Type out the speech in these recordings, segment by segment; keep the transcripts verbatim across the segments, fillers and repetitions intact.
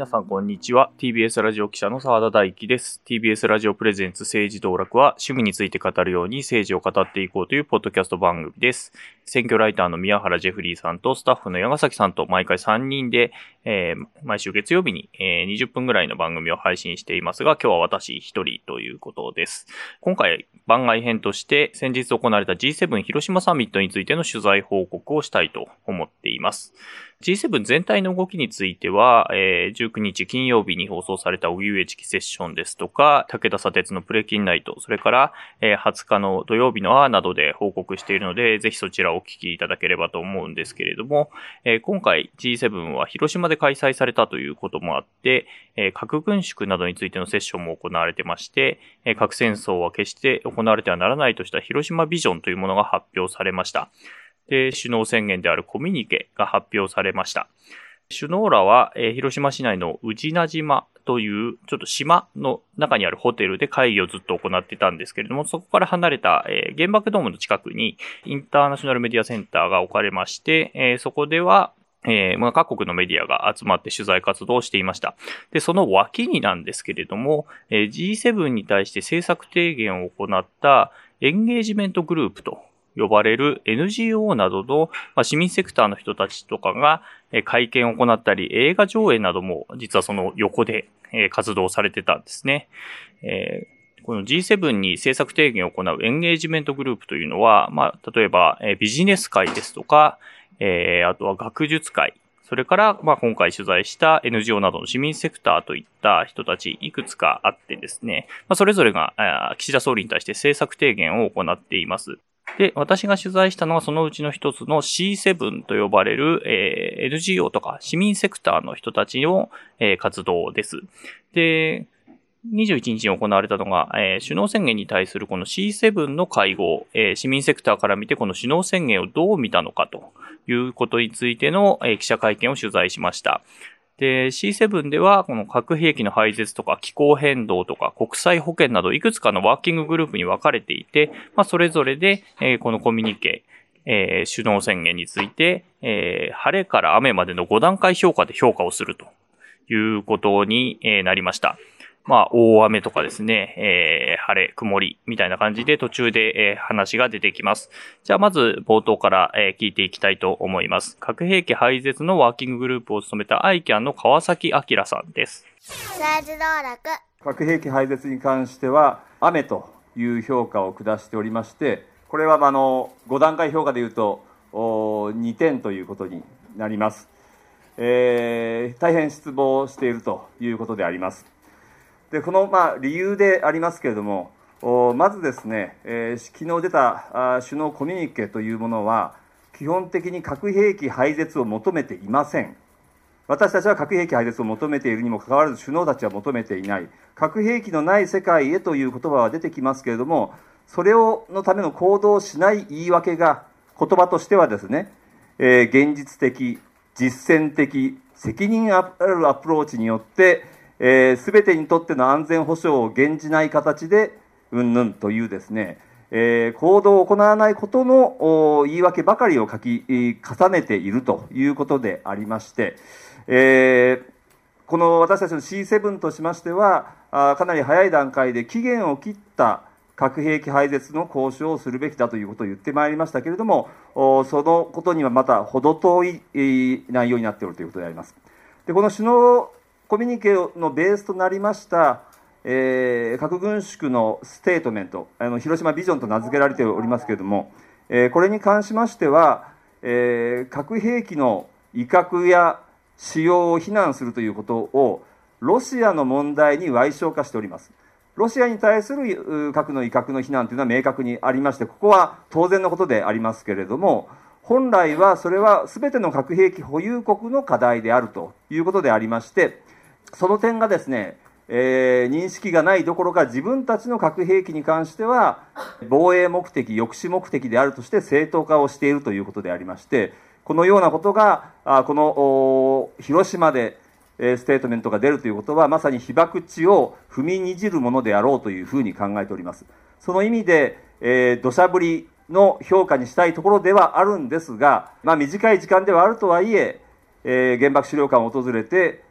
さんこんにちは。 ティービーエス ラジオ記者の澤田大樹です。 ティービーエス ラジオプレゼンツ政治道楽は、趣味について語るように政治を語っていこうというポッドキャスト番組です。選挙ライターの宮原ジェフリーさんとスタッフの矢ヶ崎さんと毎回さんにんで、えー、毎週月曜日に、えー、にじゅっぷんぐらいの番組を配信していますが、今日は私一人ということです。今回番外編として先日行われた ジーセブン 広島サミットについての取材報告をしたいと思っています。ジーセブン 全体の動きについては、えー、じゅうくにち金曜日に放送された荻上チキセッションですとか、武田砂鉄のプレキンナイト、それから、えー、はつかの土曜日のアーなどで報告しているので、ぜひそちらをお聞きいただければと思うんですけれども、えー、今回 ジーセブン は広島で開催されたということもあって、えー、核軍縮などについてのセッションも行われてまして、えー、核戦争は決して行われてはならないとした広島ビジョンというものが発表されました。で、首脳宣言であるコミュニケが発表されました。首脳らは、えー、広島市内の宇品島というちょっと島の中にあるホテルで会議をずっと行っていたんですけれども、そこから離れた、えー、原爆ドームの近くにインターナショナルメディアセンターが置かれまして、えー、そこではえーまあ、各国のメディアが集まって取材活動をしていました。で、その脇になんですけれども、えー、ジーセブン に対して政策提言を行ったエンゲージメントグループと呼ばれる エヌジーオー などの、まあ、市民セクターの人たちとかが、えー、会見を行ったり、映画上映なども実はその横で、えー、活動されてたんですね。えーこの ジーセブン に政策提言を行うエンゲージメントグループというのは、まあ、例えば、えー、ビジネス界ですとか、えー、あとは学術界、それから、まあ、今回取材した エヌジーオー などの市民セクターといった人たちいくつかあってですね、まあ、それぞれが岸田総理に対して政策提言を行っています。で、私が取材したのはそのうちの一つの シーセブン と呼ばれる、えー、エヌジーオー とか市民セクターの人たちの、えー、活動です。で、にじゅういちにちに行われたのが、えー、首脳宣言に対するこの シーセブン の会合、えー、市民セクターから見てこの首脳宣言をどう見たのかということについての、えー、記者会見を取材しました。で、シーセブン ではこの核兵器の廃絶とか気候変動とか国際保険などいくつかのワーキンググループに分かれていて、まあ、それぞれで、えー、このコミュニケ、えー、首脳宣言について、えー、晴れから雨までのごだんかい評価で評価をするということに、えー、なりました。まあ、大雨とかですね、えー、晴れ、曇りみたいな感じで途中で、えー、話が出てきます。じゃあまず冒頭から、えー、聞いていきたいと思います。核兵器廃絶のワーキンググループを務めたアイキャンの川崎明さんです。 政治道楽。 核兵器廃絶に関しては雨という評価を下しておりまして、これはあのごだんかい評価でいうとにてんということになります。えー、大変失望しているということであります。でこの、まあ、理由でありますけれども、まずですね、えー、昨日出たあ首脳コミュニケというものは基本的に核兵器廃絶を求めていません。私たちは核兵器廃絶を求めているにもかかわらず首脳たちは求めていない。核兵器のない世界へという言葉は出てきますけれども、それをのための行動をしない言い訳が言葉としてはですね、えー、現実的、実践的、責任あるアプローチによってえー、全てにとっての安全保障を減じない形でうんぬんというですね、えー、行動を行わないことの言い訳ばかりを書き重ねているということでありまして、えー、この私たちの シーセブン としましてはあかなり早い段階で期限を切った核兵器廃絶の交渉をするべきだということを言ってまいりましたけれども、そのことにはまた程遠い内容になっているということであります。でこの首脳コミュニケのベースとなりました、えー、核軍縮のステートメント、あの広島ビジョンと名付けられておりますけれども、えー、これに関しましては、えー、核兵器の威嚇や使用を非難するということをロシアの問題に矮小化しております。ロシアに対する核の威嚇の非難というのは明確にありまして、ここは当然のことでありますけれども、本来はそれは全ての核兵器保有国の課題であるということでありまして、その点がですね、えー、認識がないどころか自分たちの核兵器に関しては防衛目的、抑止目的であるとして正当化をしているということでありまして、このようなことがあこの広島でステートメントが出るということはまさに被爆地を踏みにじるものであろうというふうに考えております。その意味で、えー、土砂降りの評価にしたいところではあるんですが、まあ、短い時間ではあるとはいええー、原爆資料館を訪れて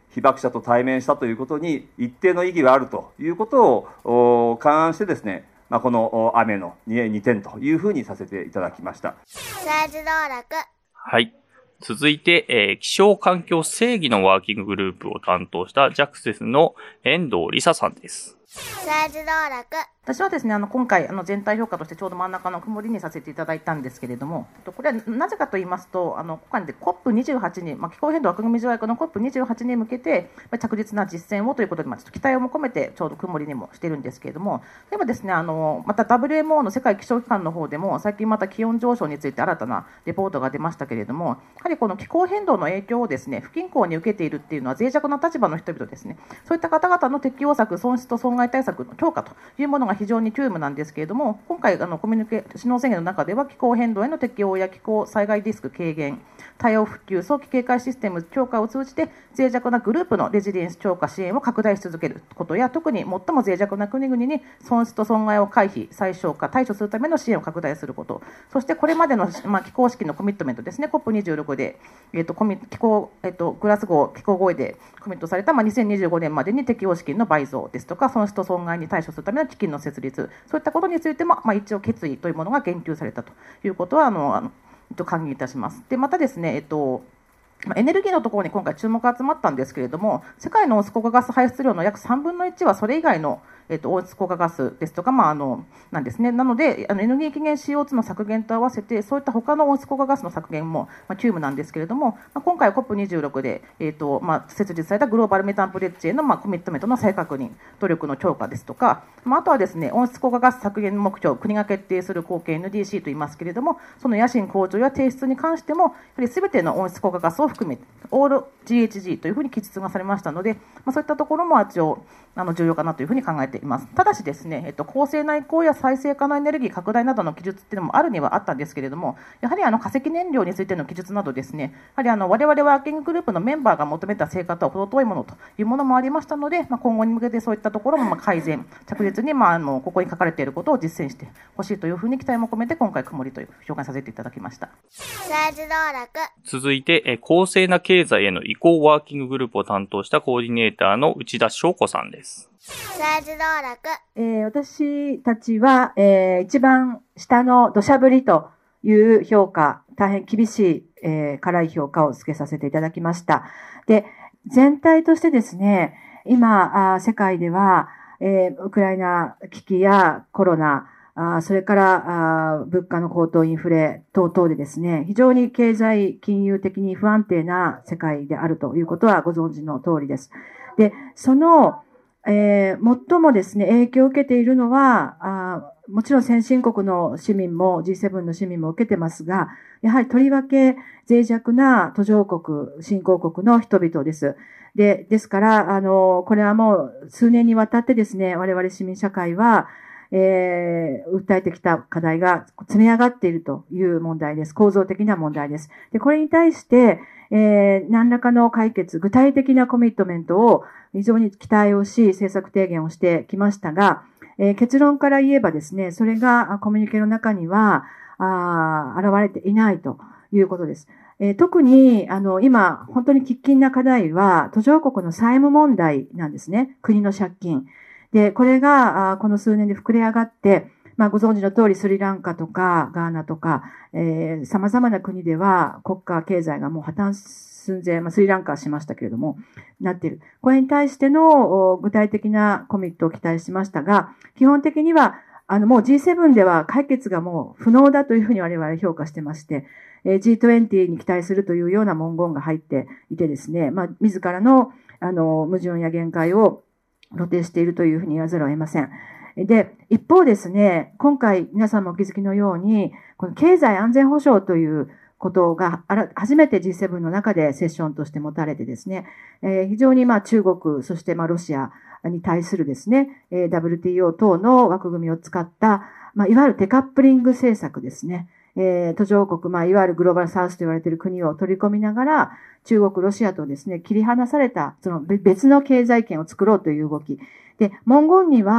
被爆者と対面したということに一定の意義があるということを勘案してですね、まあ、この雨のにてんというふうにさせていただきました。 はい。続いて、えー、気象環境正義のワーキンググループを担当したジャクセスの遠藤梨沙さんです。 私はですね、あの今回あの全体評価としてちょうど真ん中の曇りにさせていただいたんですけれども、これはなぜかと言いますと、あの今回で コップにじゅうはち に、まあ、気候変動枠組み条約の コップにじゅうはち に向けて着実な実践をということで、まあ、ちょっと期待を込めてちょうど曇りにもしてるんですけれども、でもですね、あのまた ダブリューエムオー の世界気象機関の方でも最近また気温上昇について新たなレポートが出ましたけれども、やはりこの気候変動の影響をですね不均衡に受けているっていうのは脆弱な立場の人々ですね、そういった方々の適応策、損失と損害対策の強化というものが非常に急務なんですけれども、今回あのコミュニケ首脳宣言の中では気候変動への適応や気候災害リスク軽減、多様普及、早期警戒システム強化を通じて脆弱なグループのレジリエンス強化支援を拡大し続けることや、特に最も脆弱な国々に損失と損害を回避、最小化、対処するための支援を拡大すること、そしてこれまでの、まあ、気候式のコミットメントですね、コップにじゅうろく で、えー、とコミ気候えー、とグラスゴー気候合意でコミットされた、まあ、にせんにじゅうごねんまでに適応資金の倍増ですとか、損失と損害に対処するための基金の設立、そういったことについても、まあ、一応決意というものが言及されたということはあのあの、えっと、歓迎いたします。でまたですね、えっとエネルギーのところに今回注目が集まったんですけれども、世界の温室効果ガス排出量の約さんぶんのいちはそれ以外の、えっと、温室効果ガスですとか、まあ、あのなんですね、なのであのエネルギー期限 シーオーツー の削減と合わせてそういった他の温室効果ガスの削減も、まあ、急務なんですけれども、まあ、今回 コップにじゅうろく で、えっとまあ、設立されたグローバルメタンプレッジへの、まあ、コミットメントの再確認、努力の強化ですとか、まあ、あとはですね、温室効果ガス削減目標、国が決定する貢献 エヌディーシー と言いますけれども、その野心向上や提出に関しても、やはり全ての温室効果ガスを含めてオール ジーエイチジー というふうに記述がされましたので、まあ、そういったところも一応あの重要かなというふうに考えています。ただしですね、えっと、公正な移行や再生可能エネルギー拡大などの記述っていうのもあるにはあったんですけれども、やはりあの化石燃料についての記述などですね、やはりあの我々ワーキンググループのメンバーが求めた成果とは程遠いものというものもありましたので、まあ、今後に向けてそういったところもまあ改善、着実にまああのここに書かれていることを実践してほしいというふうに期待も込めて今回曇りという紹介させていただきました。 続いて、え公正な経済への移行ワーキンググループを担当したコーディネーターの内田翔子さんです。 えー、私たちは、えー、一番下の土砂降りという評価、大変厳しい、えー、辛い評価をつけさせていただきました。で、全体としてですね、今、あ世界では、えー、ウクライナ危機やコロナ、あそれからあ物価の高騰、インフレ等々でですね、非常に経済金融的に不安定な世界であるということはご存知の通りです。で、その、えー、最もですね、影響を受けているのは、あもちろん先進国の市民も ジーセブン の市民も受けてますが、やはりとりわけ脆弱な途上国、新興国の人々です。で、ですから、あの、これはもう数年にわたってですね、我々市民社会は、えー、訴えてきた課題が積み上がっているという問題です。構造的な問題です。で、これに対して、えー、何らかの解決、具体的なコミットメントを非常に期待をし、政策提言をしてきましたが、えー、結論から言えばですね、それがコミュニケの中には、あ現れていないということです。えー、特に、あの、今、本当に喫緊な課題は、途上国の債務問題なんですね。国の借金。で、これが、この数年で膨れ上がって、まあ、ご存知の通りスリランカとかガーナとか、えー、様々な国では国家経済がもう破綻寸前、まあ、スリランカはしましたけれども、なっている。これに対しての具体的なコミットを期待しましたが、基本的には、あの、もう ジーセブン では解決がもう不能だというふうに我々評価してまして、えー、ジートゥエンティー に期待するというような文言が入っていてですね、まあ、自らの、あの、矛盾や限界を露呈しているというふうに言わざるを得ません。で、一方ですね、今回皆さんもお気づきのように、この経済安全保障ということが初めて ジーセブン の中でセッションとして持たれてですね、えー、非常にまあ中国、そしてまあロシアに対するですね、ダブリューティーオー 等の枠組みを使った、まあ、いわゆるデカップリング政策ですね。えー、途上国、まあ、いわゆるグローバルサウスと言われている国を取り込みながら、中国、ロシアとですね、切り離された、その別の経済圏を作ろうという動き。で、文言には、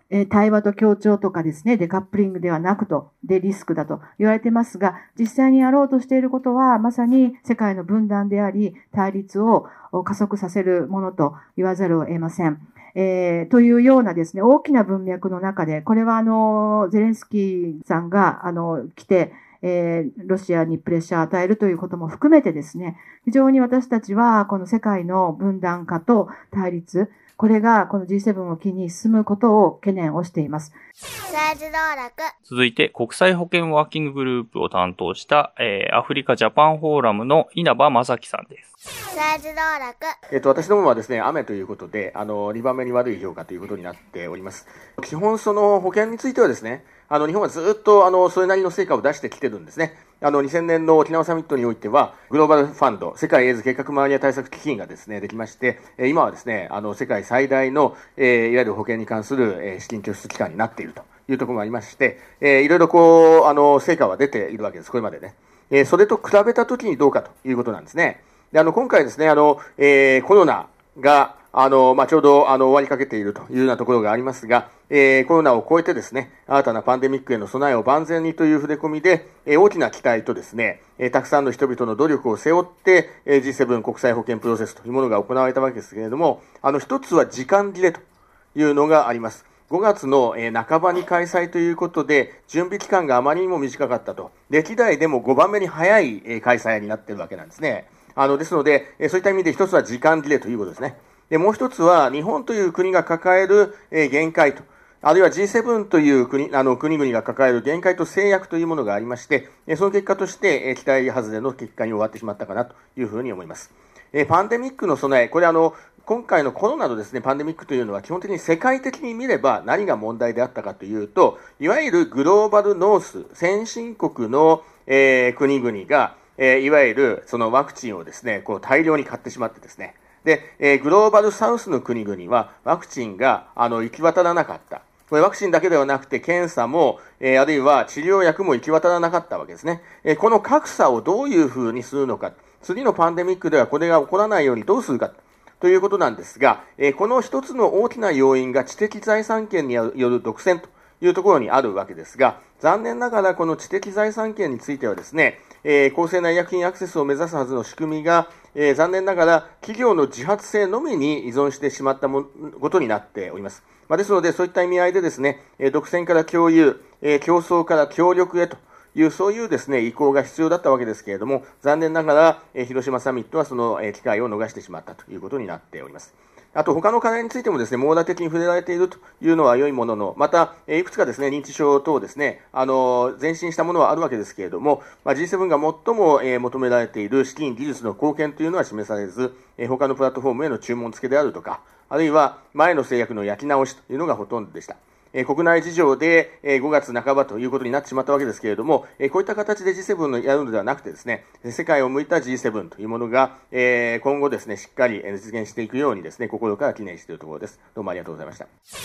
えー、対話と協調とかですね、デカップリングではなくと、でリスクだと言われてますが、実際にやろうとしていることは、まさに世界の分断であり、対立を加速させるものと言わざるを得ません。えー、というようなですね、大きな文脈の中で、これはあの、ゼレンスキーさんが、あの、来て、えー、ロシアにプレッシャーを与えるということも含めてですね、非常に私たちはこの世界の分断化と対立、これがこの ジーセブン を機に進むことを懸念をしています。 続いて国際保健ワーキンググループを担当した、えー、アフリカジャパンフォーラムの稲葉正樹さんです。 えっと、私どもはですね、雨ということで、あの、にばんめに悪い評価ということになっております。基本その保険についてはですね、あの、日本はずっとあの、それなりの成果を出してきてるんですね。あの、にせんねんの沖縄サミットにおいては、グローバルファンド、世界エイズ計画マニア対策基金がですね、できまして、今はですね、あの、世界最大の、えー、いわゆる保険に関する、えー、資金拠出機関になっているというところもありまして、えー、いろいろこう、あの、成果は出ているわけです、これまでね。えー、それと比べたときにどうかということなんですね。で、あの、今回ですね、あの、えー、コロナが、あの、まあ、ちょうど、あの、終わりかけているというようなところがありますが、えー、コロナを超えてですね、新たなパンデミックへの備えを万全にという触れ込みで、えー、大きな期待とですね、えー、たくさんの人々の努力を背負って、えー、ジーセブン 国際保健プロセスというものが行われたわけですけれども、あの、一つは時間切れというのがあります。ごがつの半ばに開催ということで、準備期間があまりにも短かったと。歴代でもごばんめに早い開催になっているわけなんですね。あの、ですので、そういった意味で一つは時間切れということですね。で、もう一つは日本という国が抱える限界と、あるいは ジーセブン という国、あの、国々が抱える限界と制約というものがありまして、その結果として期待外れの結果に終わってしまったかなというふうに思います。パンデミックの備え、これあの、今回のコロナのですね、パンデミックというのは基本的に世界的に見れば何が問題であったかというと、いわゆるグローバルノース、先進国の、えー、国々が、えー、いわゆるそのワクチンをですね、こう大量に買ってしまってですね、で、えー、グローバルサウスの国々はワクチンがあの行き渡らなかった。これワクチンだけではなくて検査も、えー、あるいは治療薬も行き渡らなかったわけですね。えー、この格差をどういうふうにするのか、次のパンデミックではこれが起こらないようにどうするか。ということなんですが、えー、この一つの大きな要因が知的財産権による独占というところにあるわけですが、残念ながらこの知的財産権についてはですね、えー、公正な医薬品アクセスを目指すはずの仕組みが、えー、残念ながら企業の自発性のみに依存してしまったもことになっております。まあ、ですのでそういった意味合いでですね、えー、独占から共有、えー、競争から協力へという、そういうですね、意向が必要だったわけですけれども、残念ながら、えー、広島サミットはその、えー、機会を逃してしまったということになっております。あと他の課題についてもですね、網羅的に触れられているというのは良いものの、また、いくつかですね、認知症等ですね、あの、前進したものはあるわけですけれども、まあ、ジーセブン が最も、えー、求められている資金技術の貢献というのは示されず、えー、他のプラットフォームへの注文付けであるとか、あるいは前の制約の焼き直しというのがほとんどでした。えー、国内事情で、えー、ごがつなかばということになってしまったわけですけれども、えー、こういった形で ジーセブン のやるのではなくてですね、世界を向いた ジーセブン というものが、えー、今後ですね、しっかり実現していくようにですね、心から記念しているところです。どうもありがとうございました。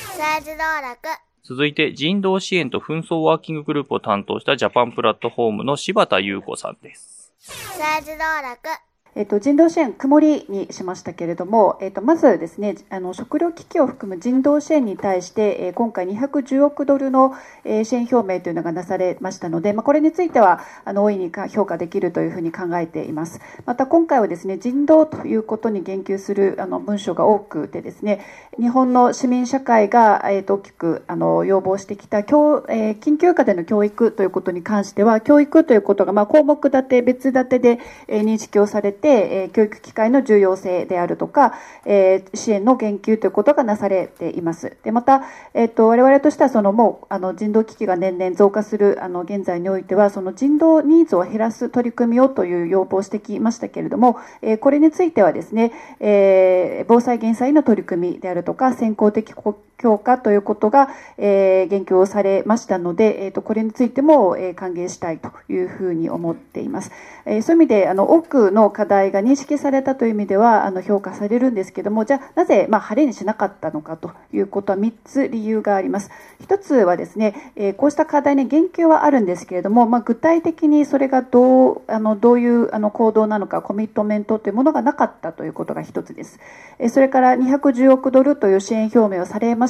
続いて、人道支援と紛争ワーキンググループを担当したジャパンプラットフォームの柴田優子さんです。 えっと、人道支援、曇りにしましたけれども、えっと、まずですね、あの食糧危機を含む人道支援に対して、えー、今回にひゃくじゅうおくドルの、えー、支援表明というのがなされましたので、まあ、これについてはあの大いに評価できるというふうに考えています。また今回はですね、人道ということに言及するあの文章が多くてですね、日本の市民社会が、えー、と大きくあの要望してきた教、えー、緊急下での教育ということに関しては、教育ということが、まあ、項目立て、別立てで、えー、認識をされて、えー、教育機会の重要性であるとか、えー、支援の言及ということがなされています。でまた、えー、と我々としてはそのもうあの人道危機が年々増加するあの現在においては、その人道ニーズを減らす取り組みをという要望をしてきましたけれども、えー、これについてはですね、えー、防災減災の取り組みであるとか、先行的強化ということが、えー、言及をされましたので、えー、とこれについても、えー、歓迎したいというふうに思っています。えー、そういう意味であの多くの課題が認識されたという意味ではあの評価されるんですけれども、じゃあなぜ、まあ、晴れにしなかったのかということはみっつ理由があります。一つはですね、えー、こうした課題に言及はあるんですけれども、まあ、具体的にそれがどうあのどういうあの行動なのか、コミットメントというものがなかったということが一つです。えー、それからにひゃくじゅうおくドルという支援表明をされまし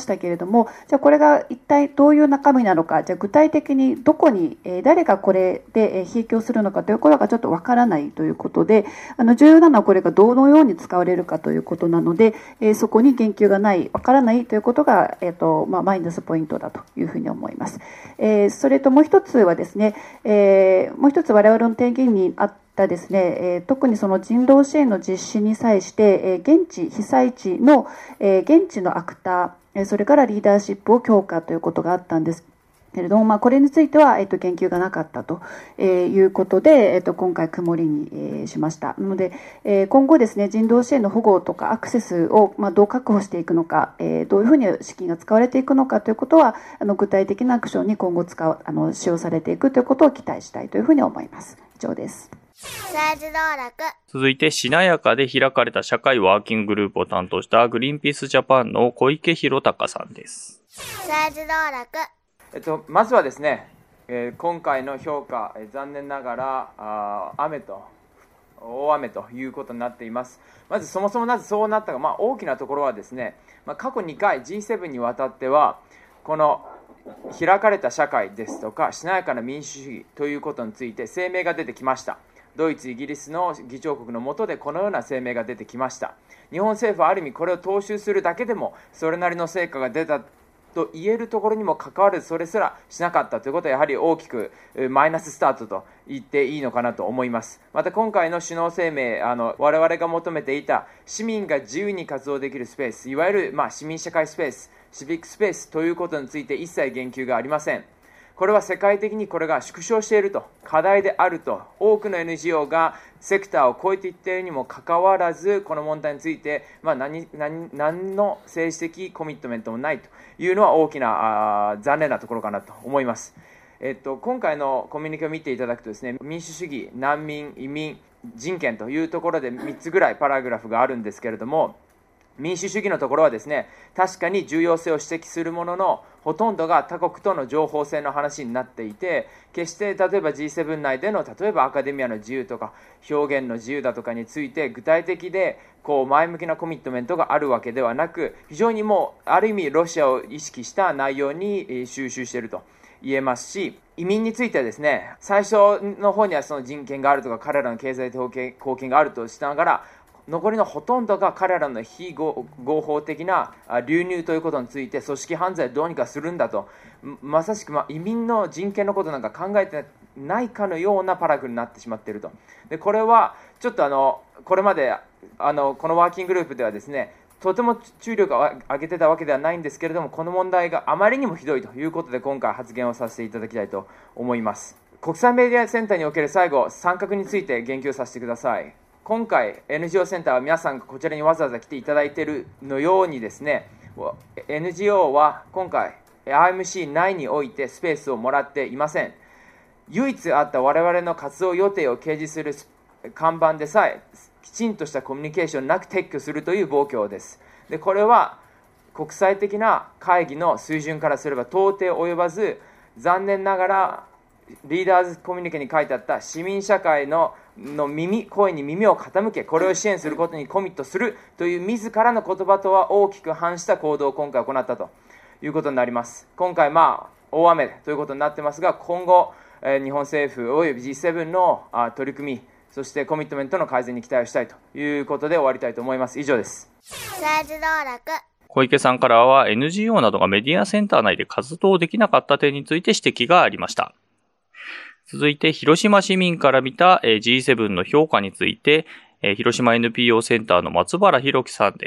したけれども、じゃあこれが一体どういう中身なのか、じゃあ具体的にどこに、えー、誰がこれで、えー、提供するのかということがちょっとわからないということで、あの重要なのはこれがどのように使われるかということなので、えー、そこに言及がない、わからないということが、えーとまあ、マイナスポイントだというふうに思います。えー、それともう一つはですね、えー、もう一つ我々の提言にあったですね、えー、特にその人道支援の実施に際して、えー、現地被災地の、えー、現地のアクター、それからリーダーシップを強化ということがあったんですけれども、まあ、これについては、えっと、言及がなかったということで、えっと、今回曇りに、えー、しました。なので、えー、今後ですね、人道支援の保護とかアクセスを、まあ、どう確保していくのか、えー、どういうふうに資金が使われていくのかということは、あの具体的なアクションに今後使う、あの使用されていくということを期待したいというふうに思います。以上です。 続いて、しなやかで開かれた社会ワーキンググループを担当したグリーンピースジャパンの小池弘隆さんです。 えっと、まずはですね、えー、今回の評価、えー、残念ながらあ雨と大雨ということになっています。まずそもそもなぜそうなったか、まあ、大きなところはですね、まあ、過去にかい ジーセブン にわたってはこの開かれた社会ですとかしなやかな民主主義ということについて声明が出てきました。ドイツ、イギリスの議長国の下でこのような声明が出てきました。日本政府はある意味これを踏襲するだけでもそれなりの成果が出たと言えるところにもかかわらずそれすらしなかったということはやはり大きくマイナススタートと言っていいのかなと思います。また今回の首脳声明、あの我々が求めていた市民が自由に活動できるスペース、いわゆる、まあ、市民社会スペース、シビックスペースということについて一切言及がありません。これは世界的にこれが縮小していると、課題であると、多くの エヌジーオー がセクターを超えていっているにもかかわらず、この問題について、まあ、何, 何, 何の政治的コミットメントもないというのは大きなあ残念なところかなと思います。えっと、今回のコミュニケを見ていただくとですね、民主主義、難民、移民、人権というところでみっつぐらいパラグラフがあるんですけれども、民主主義のところはですね、確かに重要性を指摘するものの、ほとんどが他国との情報戦の話になっていて、決して例えば ジーセブン 内での例えばアカデミアの自由とか表現の自由だとかについて具体的でこう前向きなコミットメントがあるわけではなく、非常にもうある意味ロシアを意識した内容に収集していると言えますし、移民についてはですね、最初の方にはその人権があるとか彼らの経済的貢献があるとしながら、残りのほとんどが彼らの非合法的な流入ということについて組織犯罪をどうにかするんだと、まさしくまあ移民の人権のことなんか考えてないかのようなパラグになってしまっていると。でこれはちょっとあのこれまであのこのワーキンググループではですね、とても注力を上げてたわけではないんですけれども、この問題があまりにもひどいということで今回発言をさせていただきたいと思います。国際メディアセンターにおける最後参画について言及させてください。今回 エヌジーオー センターは皆さんがこちらにわざわざ来ていただいているのようにですね、 エヌジーオー は今回 アーエムシー 内においてスペースをもらっていません。唯一あった我々の活動予定を掲示する看板でさえきちんとしたコミュニケーションなく撤去するという暴挙です。でこれは国際的な会議の水準からすれば到底及ばず、残念ながらリーダーズコミュニケに書いてあった市民社会のの耳声に耳を傾け、これを支援することにコミットするという自らの言葉とは大きく反した行動を今回行ったということになります。今回まあ大雨ということになってますが、今後、えー、日本政府および ジーセブン のあ取り組み、そしてコミットメントの改善に期待をしたいということで終わりたいと思います。以上です。 小池さんからは エヌジーオー などがメディアセンター内で活動できなかった点について指摘がありました。続いて、広島市民から見た ジーセブン の評価について、広島 エヌピーオー センターの松原弘樹さんです。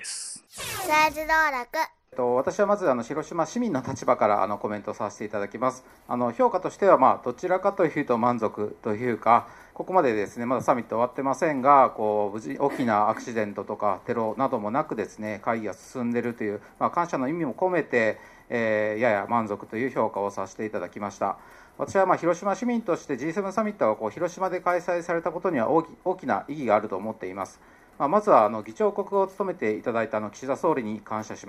私はまずあの広島市民の立場からあのコメントさせていただきます。あの評価としては、まあ、どちらかというと満足というか、ここまでですねまだサミット終わってませんが、こう無事大きなアクシデントとかテロなどもなくですね会議が進んでいるという、まあ、感謝の意味も込めて、えー、やや満足という評価をさせていただきました。私はまあ広島市民として ジーセブン サミットがこう広島で開催されたことには大き、大きな意義があると思っています。まあ、まずはあの議長国を務めていただいたあの岸田総理に感謝します。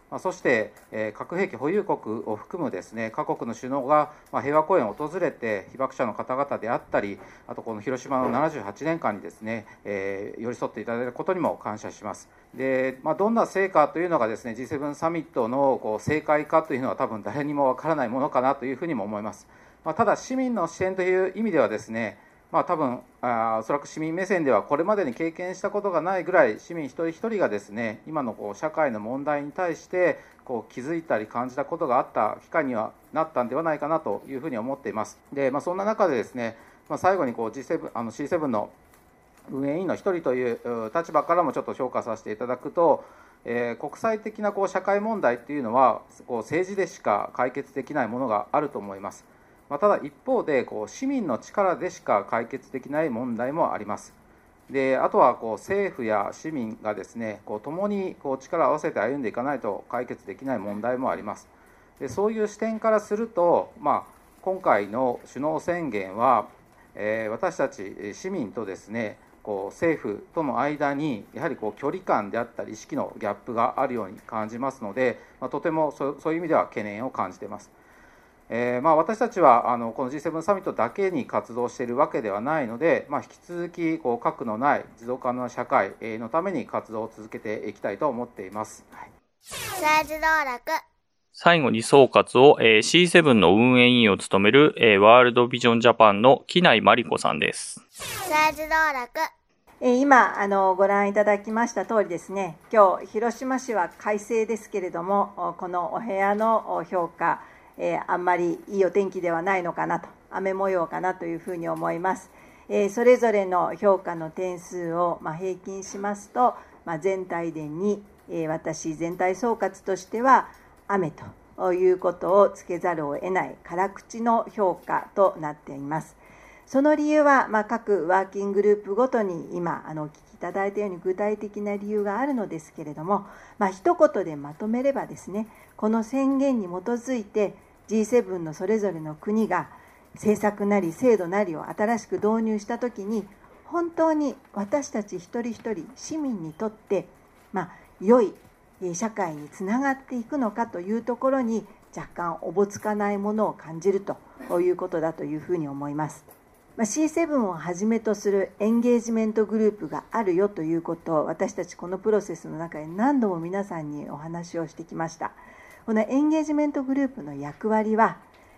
そして核兵器保有国を含むですね各国の首脳が平和公園を訪れて被爆者の方々であったり、あとこの広島のななじゅうはちねんかんにですね、えー、寄り添っていただいたことにも感謝します。で、まあ、どんな成果というのがですね ジーセブン サミットのこう正解かというのは多分誰にもわからないものかなというふうにも思います。まあ、ただ市民の視点という意味ではですね、まあ、多分あおそらく市民目線ではこれまでに経験したことがないぐらい市民一人一人がですね今のこう社会の問題に対してこう気づいたり感じたことがあった機会にはなったんではないかなというふうに思っています。で、まあ、そんな中でですね、まあ、最後にこう ジーセブン あの シーセブン の運営委員の一人という立場からもちょっと評価させていただくと、えー、国際的なこう社会問題っていうのはこう政治でしか解決できないものがあると思います。まあ、ただ一方でこう市民の力でしか解決できない問題もあります。であとはこう政府や市民がですねこう共にこう力を合わせて歩んでいかないと解決できない問題もあります。でそういう視点からすると、まあ、今回の首脳宣言は、えー、私たち市民とですねこう政府との間にやはりこう距離感であったり意識のギャップがあるように感じますので、まあ、とても そ, そういう意味では懸念を感じています。えーまあ、私たちはあのこの ジーセブン サミットだけに活動しているわけではないので、まあ、引き続きこう核のない持続可能な社会のために活動を続けていきたいと思っています。はい、 政治道楽。最後に総括を、えー、シーセブン の運営委員を務める、えー、ワールドビジョンジャパンの木内真理子さんです。政治道楽。 今あのご覧いただきました通りですね、今日広島市は快晴ですけれども、このお部屋の評価、えー、あんまりいいお天気ではないのかなと、雨模様かなというふうに思います。えー、それぞれの評価の点数を、まあ、平均しますと、まあ、全体でに、えー、私全体総括としては雨ということをつけざるを得ない辛口の評価となっています。その理由は、まあ、各ワーキンググループごとに今あのお聞きいただいたように具体的な理由があるのですけれども、まあ、一言でまとめればですね、この宣言に基づいて ジーセブン のそれぞれの国が政策なり制度なりを新しく導入したときに、本当に私たち一人一人市民にとって、まあ、良い社会につながっていくのかというところに若干おぼつかないものを感じるということだというふうに思います。シーセブン をはじめとするエンゲージメントグループがあるよということを、私たちこのプロセスの中で何度も皆さんにお話をしてきました。このエンゲージメントグループの役割は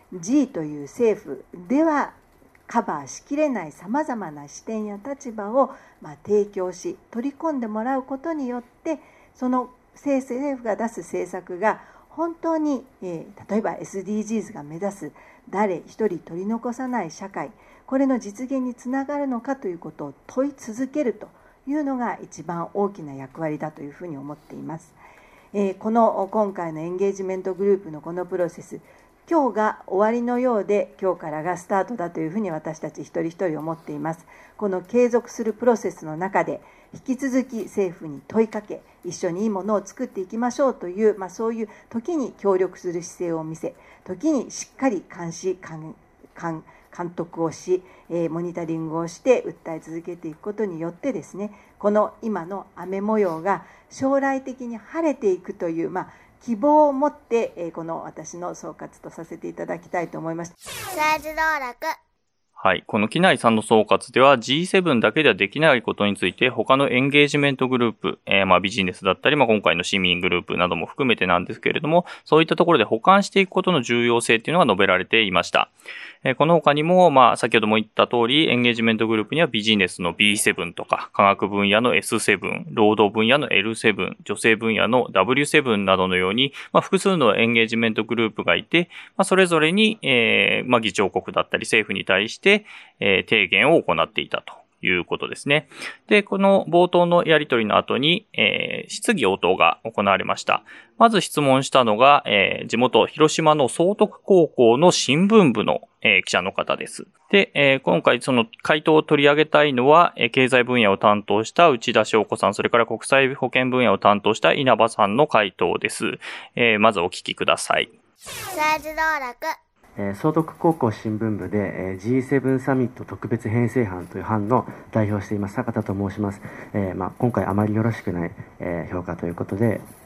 G という政府ではカバーしきれないさまざまな視点や立場をまあ提供し取り込んでもらうことによって、その政府が出す政策が本当に、えー、例えば エスディージーズ が目指す誰一人取り残さない社会、これの実現につながるのかということを問い続けるというのが一番大きな役割だというふうに思っています。えー、この今回のエンゲージメントグループのこのプロセス、今日が終わりのようで今日からがスタートだというふうに私たち一人一人思っています。この継続するプロセスの中で引き続き政府に問いかけ、一緒にいいものを作っていきましょうという、まあ、そういう時に協力する姿勢を見せ、時にしっかり監視監監監督をし、モニタリングをして訴え続けていくことによってですね、この今の雨模様が将来的に晴れていくという、まあ、希望を持ってこの私の総括とさせていただきたいと思います。政治道楽。 はい。この木内さんの総括では ジーセブン だけではできないことについて他のエンゲージメントグループ、えー、まあビジネスだったり、まあ今回の市民グループなども含めてなんですけれども、そういったところで補完していくことの重要性っていうのが述べられていました。えー、この他にも、まあ先ほども言った通り、エンゲージメントグループにはビジネスの ビーセブン とか、科学分野の エスセブン、労働分野の エルセブン、女性分野の ダブリューセブン などのように、まあ複数のエンゲージメントグループがいて、まあそれぞれに、えー、まあ議長国だったり政府に対して、えー提言を行っていたということですね。で、この冒頭のやり取りの後に、えー、質疑応答が行われました。まず質問したのが、えー、地元広島の崇徳高校の新聞部の、えー、記者の方です。で、えー、今回その回答を取り上げたいのは、えー、経済分野を担当した内田翔子さん、それから国際保険分野を担当した稲葉さんの回答です。えー、まずお聞きください。 政治道楽。崇徳高校新聞部で ジーセブン サミット特別編成班という班の代表をしています坂田と申します。えーまあ、今回あまりよろしくない、えー、評価ということで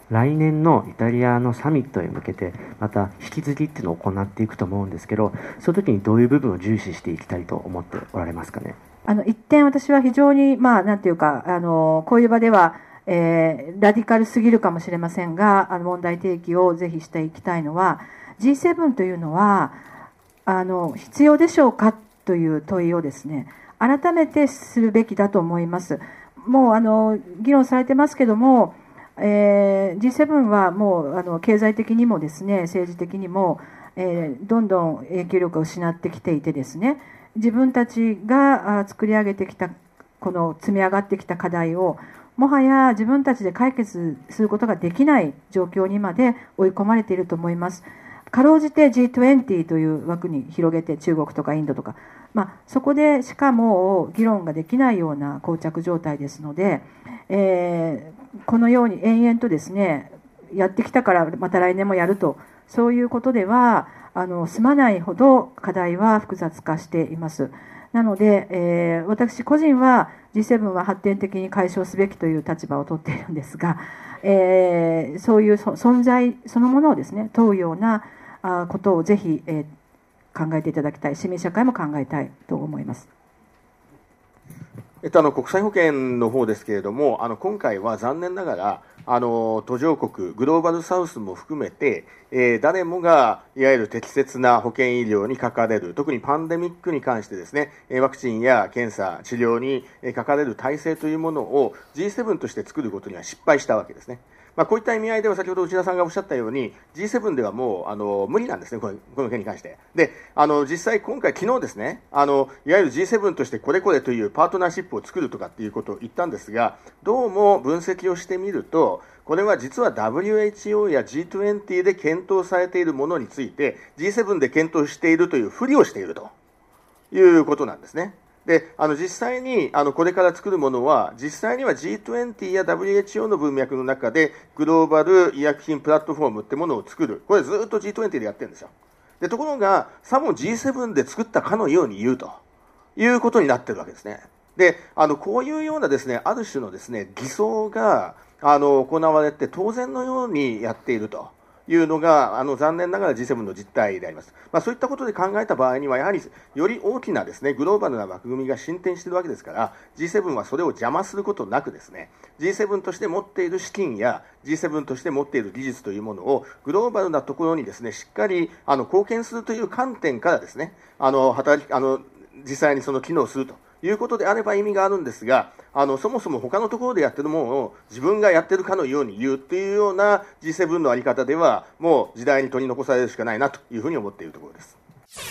来年のイタリアのサミットへ向けてまた引き継ぎっていうのを行っていくと思うんですけど、その時にどういう部分を重視していきたいと思っておられますかね。 あの一点私は非常に、まあ、なんていうかあのこういう場では、えー、ラディカルすぎるかもしれませんが、あの問題提起をぜひしていきたいのは ジーセブン というのはあの必要でしょうかという問いをですね改めてするべきだと思います。もうあの議論されてますけども、えー、ジーセブン はもうあの経済的にもですね政治的にも、えー、どんどん影響力を失ってきていてですね、自分たちが作り上げてきたこの積み上がってきた課題をもはや自分たちで解決することができない状況にまで追い込まれていると思います。かろうじて ジートゥエンティー という枠に広げて中国とかインドとか、まあ、そこでしかも議論ができないような膠着状態ですので、えー、このように延々とですねやってきたからまた来年もやると、そういうことではあの済まないほど課題は複雑化しています。なので、えー、私個人は ジーセブン は発展的に解消すべきという立場を取っているんですが、えー、そういう存在そのものをですね問うようなことをぜひ、えー、考えていただきたい、市民社会も考えたいと思います。 えっと、あの国際保険の方ですけれども、あの今回は残念ながらあの途上国グローバルサウスも含めて、えー、誰もがいわゆる適切な保健医療にかかれる、特にパンデミックに関してですねワクチンや検査治療にかかれる体制というものを ジーセブン として作ることには失敗したわけですね。まあ、こういった意味合いでは先ほど内田さんがおっしゃったように ジーセブン ではもうあの無理なんですね、この、この件に関して。で、あの実際今回昨日ですね、あのいわゆる ジーセブン としてこれこれというパートナーシップを作るとかっていうことを言ったんですが、どうも分析をしてみるとこれは実は ダブリューエイチオー や ジートゥエンティー で検討されているものについて ジーセブン で検討しているというふりをしているということなんですね。で、あの実際にあのこれから作るものは実際には ジートゥエンティー や ダブリューエイチオー の文脈の中でグローバル医薬品プラットフォームってものを作る、これずっと ジートゥエンティー でやってるんですよ。でところがさも ジーセブン で作ったかのように言うということになってるわけですね。で、あのこういうようなですねある種のですね偽装があの行われて当然のようにやっているというのがあの残念ながら ジーセブン の実態であります。まあ、そういったことで考えた場合にはやはりより大きなですねグローバルな枠組みが進展しているわけですから ジーセブン はそれを邪魔することなくですね ジーセブン として持っている資金や ジーセブン として持っている技術というものをグローバルなところにですねしっかりあの貢献するという観点からですねあの働きあの実際にその機能するということであれば意味があるんですが、あのそもそも他のところでやっているものを自分がやっているかのように言うというような ジーセブン のあり方ではもう時代に取り残されるしかないなというふうに思っているところです。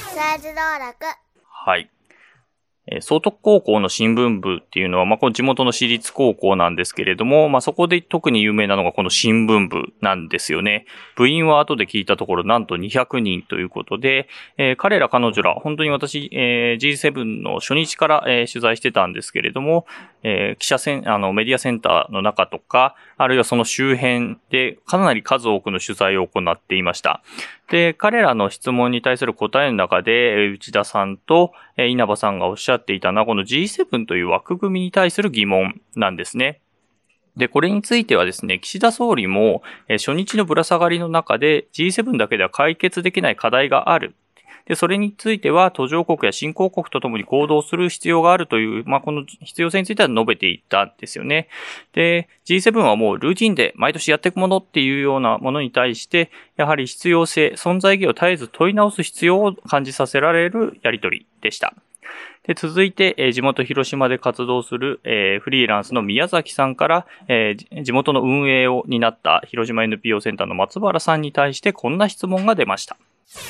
はい。えー、総徳高校の新聞部っていうのは、まあ、この地元の私立高校なんですけれども、まあ、そこで特に有名なのがこの新聞部なんですよね。部員は後で聞いたところ、なんとにひゃくにんということで、えー、彼ら彼女ら、本当に私、えー、ジーセブン の初日から、えー、取材してたんですけれども、えー、記者セン、あの、メディアセンターの中とか、あるいはその周辺でかなり数多くの取材を行っていました。で、彼らの質問に対する答えの中で、内田さんと稲葉さんがおっしゃっていたのは、この ジーセブン という枠組みに対する疑問なんですね。で、これについてはですね、岸田総理も初日のぶら下がりの中で ジーセブン だけでは解決できない課題がある。で、それについては途上国や新興国とともに行動する必要があるという、まあ、この必要性については述べていったんですよね。で、ジーセブン はもうルーティンで毎年やっていくものっていうようなものに対して、やはり必要性、存在意義を絶えず問い直す必要を感じさせられるやりとりでした。で、続いて、えー、地元広島で活動する、えー、フリーランスの宮崎さんから、えー、地元の運営を担った広島 エヌピーオー センターの松原さんに対してこんな質問が出ました。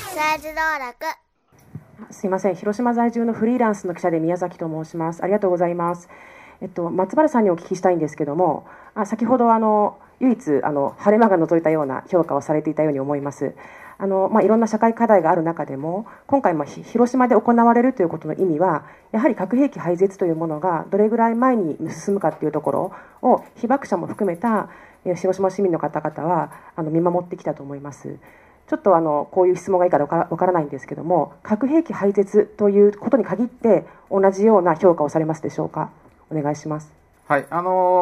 すいません、広島在住のフリーランスの記者で宮崎と申します。ありがとうございます。えっと、松原さんにお聞きしたいんですけども、あ先ほどあの唯一あの晴れ間が除いたような評価をされていたように思います。あのまあ、いろんな社会課題がある中でも今回、まあ、広島で行われるということの意味はやはり核兵器廃絶というものがどれぐらい前に進むかというところを被爆者も含めた広島市民の方々はあの見守ってきたと思います。ちょっとあのこういう質問がいいかわから、からないんですけども、核兵器廃絶ということに限って同じような評価をされますでしょうか。お願いします。 はい、あの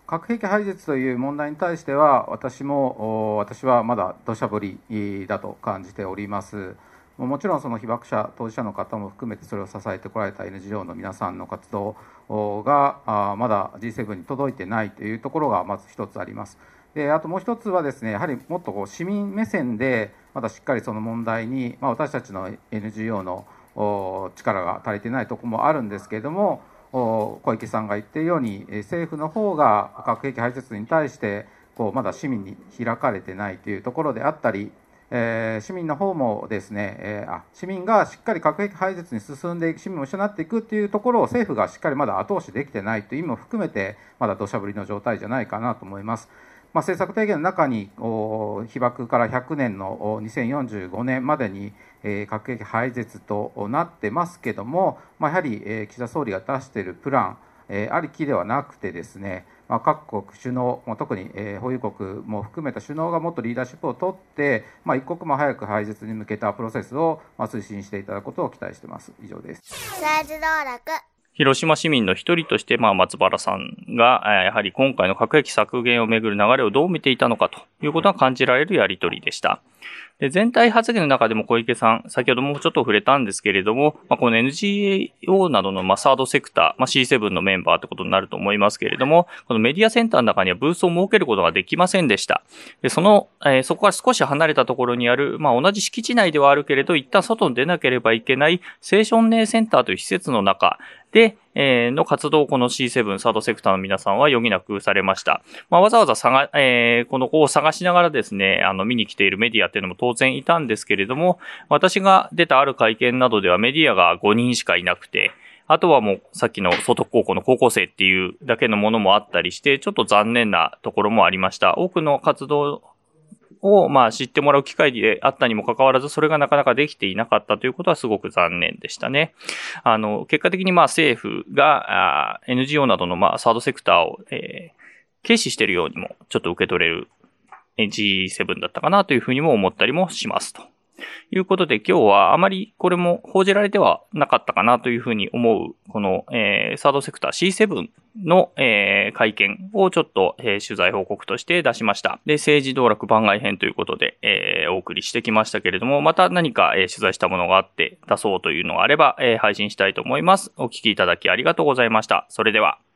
核兵器廃絶という問題に対しては、私も、私はまだ土砂降りだと感じております。もちろんその被爆者、当事者の方も含めてそれを支えてこられた エヌジーオー の皆さんの活動がまだ ジーセブン に届いてないというところがまず一つあります。であともう一つはですね、やはりもっとこう市民目線でまだしっかりその問題に、まあ、私たちの エヌジーオー の力が足りてないところもあるんですけれども、小池さんが言っているように政府の方が核兵器廃絶に対してこうまだ市民に開かれてないというところであったり、えー、市民の方もですね、えー、あ市民がしっかり核兵器廃絶に進んで市民を失っていくというところを政府がしっかりまだ後押しできてないという意味も含めてまだ土砂降りの状態じゃないかなと思います。まあ、政策提言の中に被爆からひゃくねんのにせんよんじゅうごねんまでに、えー、核兵器廃絶となってますけども、まあ、やはり、えー、岸田総理が出しているプラン、えー、ありきではなくてですね、まあ、各国首脳、特に、えー、保有国も含めた首脳がもっとリーダーシップを取って、まあ、一刻も早く廃絶に向けたプロセスを、まあ、推進していただくことを期待しています。以上です。 広島市民の一人として、まあ、松原さんが、やはり今回の核兵器削減をめぐる流れをどう見ていたのかということが感じられるやり取りでした。で全体発言の中でも小池さん、先ほどもちょっと触れたんですけれども、まあ、この エヌジーオー などのまあサードセクター、まあ、シーセブン のメンバーってことになると思いますけれども、このメディアセンターの中にはブースを設けることができませんでした。でその、えー、そこから少し離れたところにある、まあ、同じ敷地内ではあるけれど、一旦外に出なければいけない青少年センターという施設の中で、えー、の活動をこの シーセブン サードセクターの皆さんは余儀なくされました。まあ、わざわざ探、えー、この子を探しながらですね、あの見に来ているメディアっていうのも当然いたんですけれども、私が出たある会見などではメディアがごにんしかいなくて、あとはもうさっきの総徳高校の高校生っていうだけのものもあったりして、ちょっと残念なところもありました。多くの活動をまあ知ってもらう機会であったにもかかわらず、それがなかなかできていなかったということはすごく残念でしたね。あの、結果的にまあ政府が エヌジーオー などのまあサードセクターを、えー、軽視しているようにもちょっと受け取れる ジーセブン だったかなというふうにも思ったりもしますと。いうことで今日はあまりこれも報じられてはなかったかなというふうに思うこの、えー、サードセクター シーセブン の、えー、会見をちょっと、えー、取材報告として出しました。で、政治道楽番外編ということで、えー、お送りしてきましたけれども、また何か、えー、取材したものがあって出そうというのがあれば、えー、配信したいと思います。お聞きいただきありがとうございました。それでは。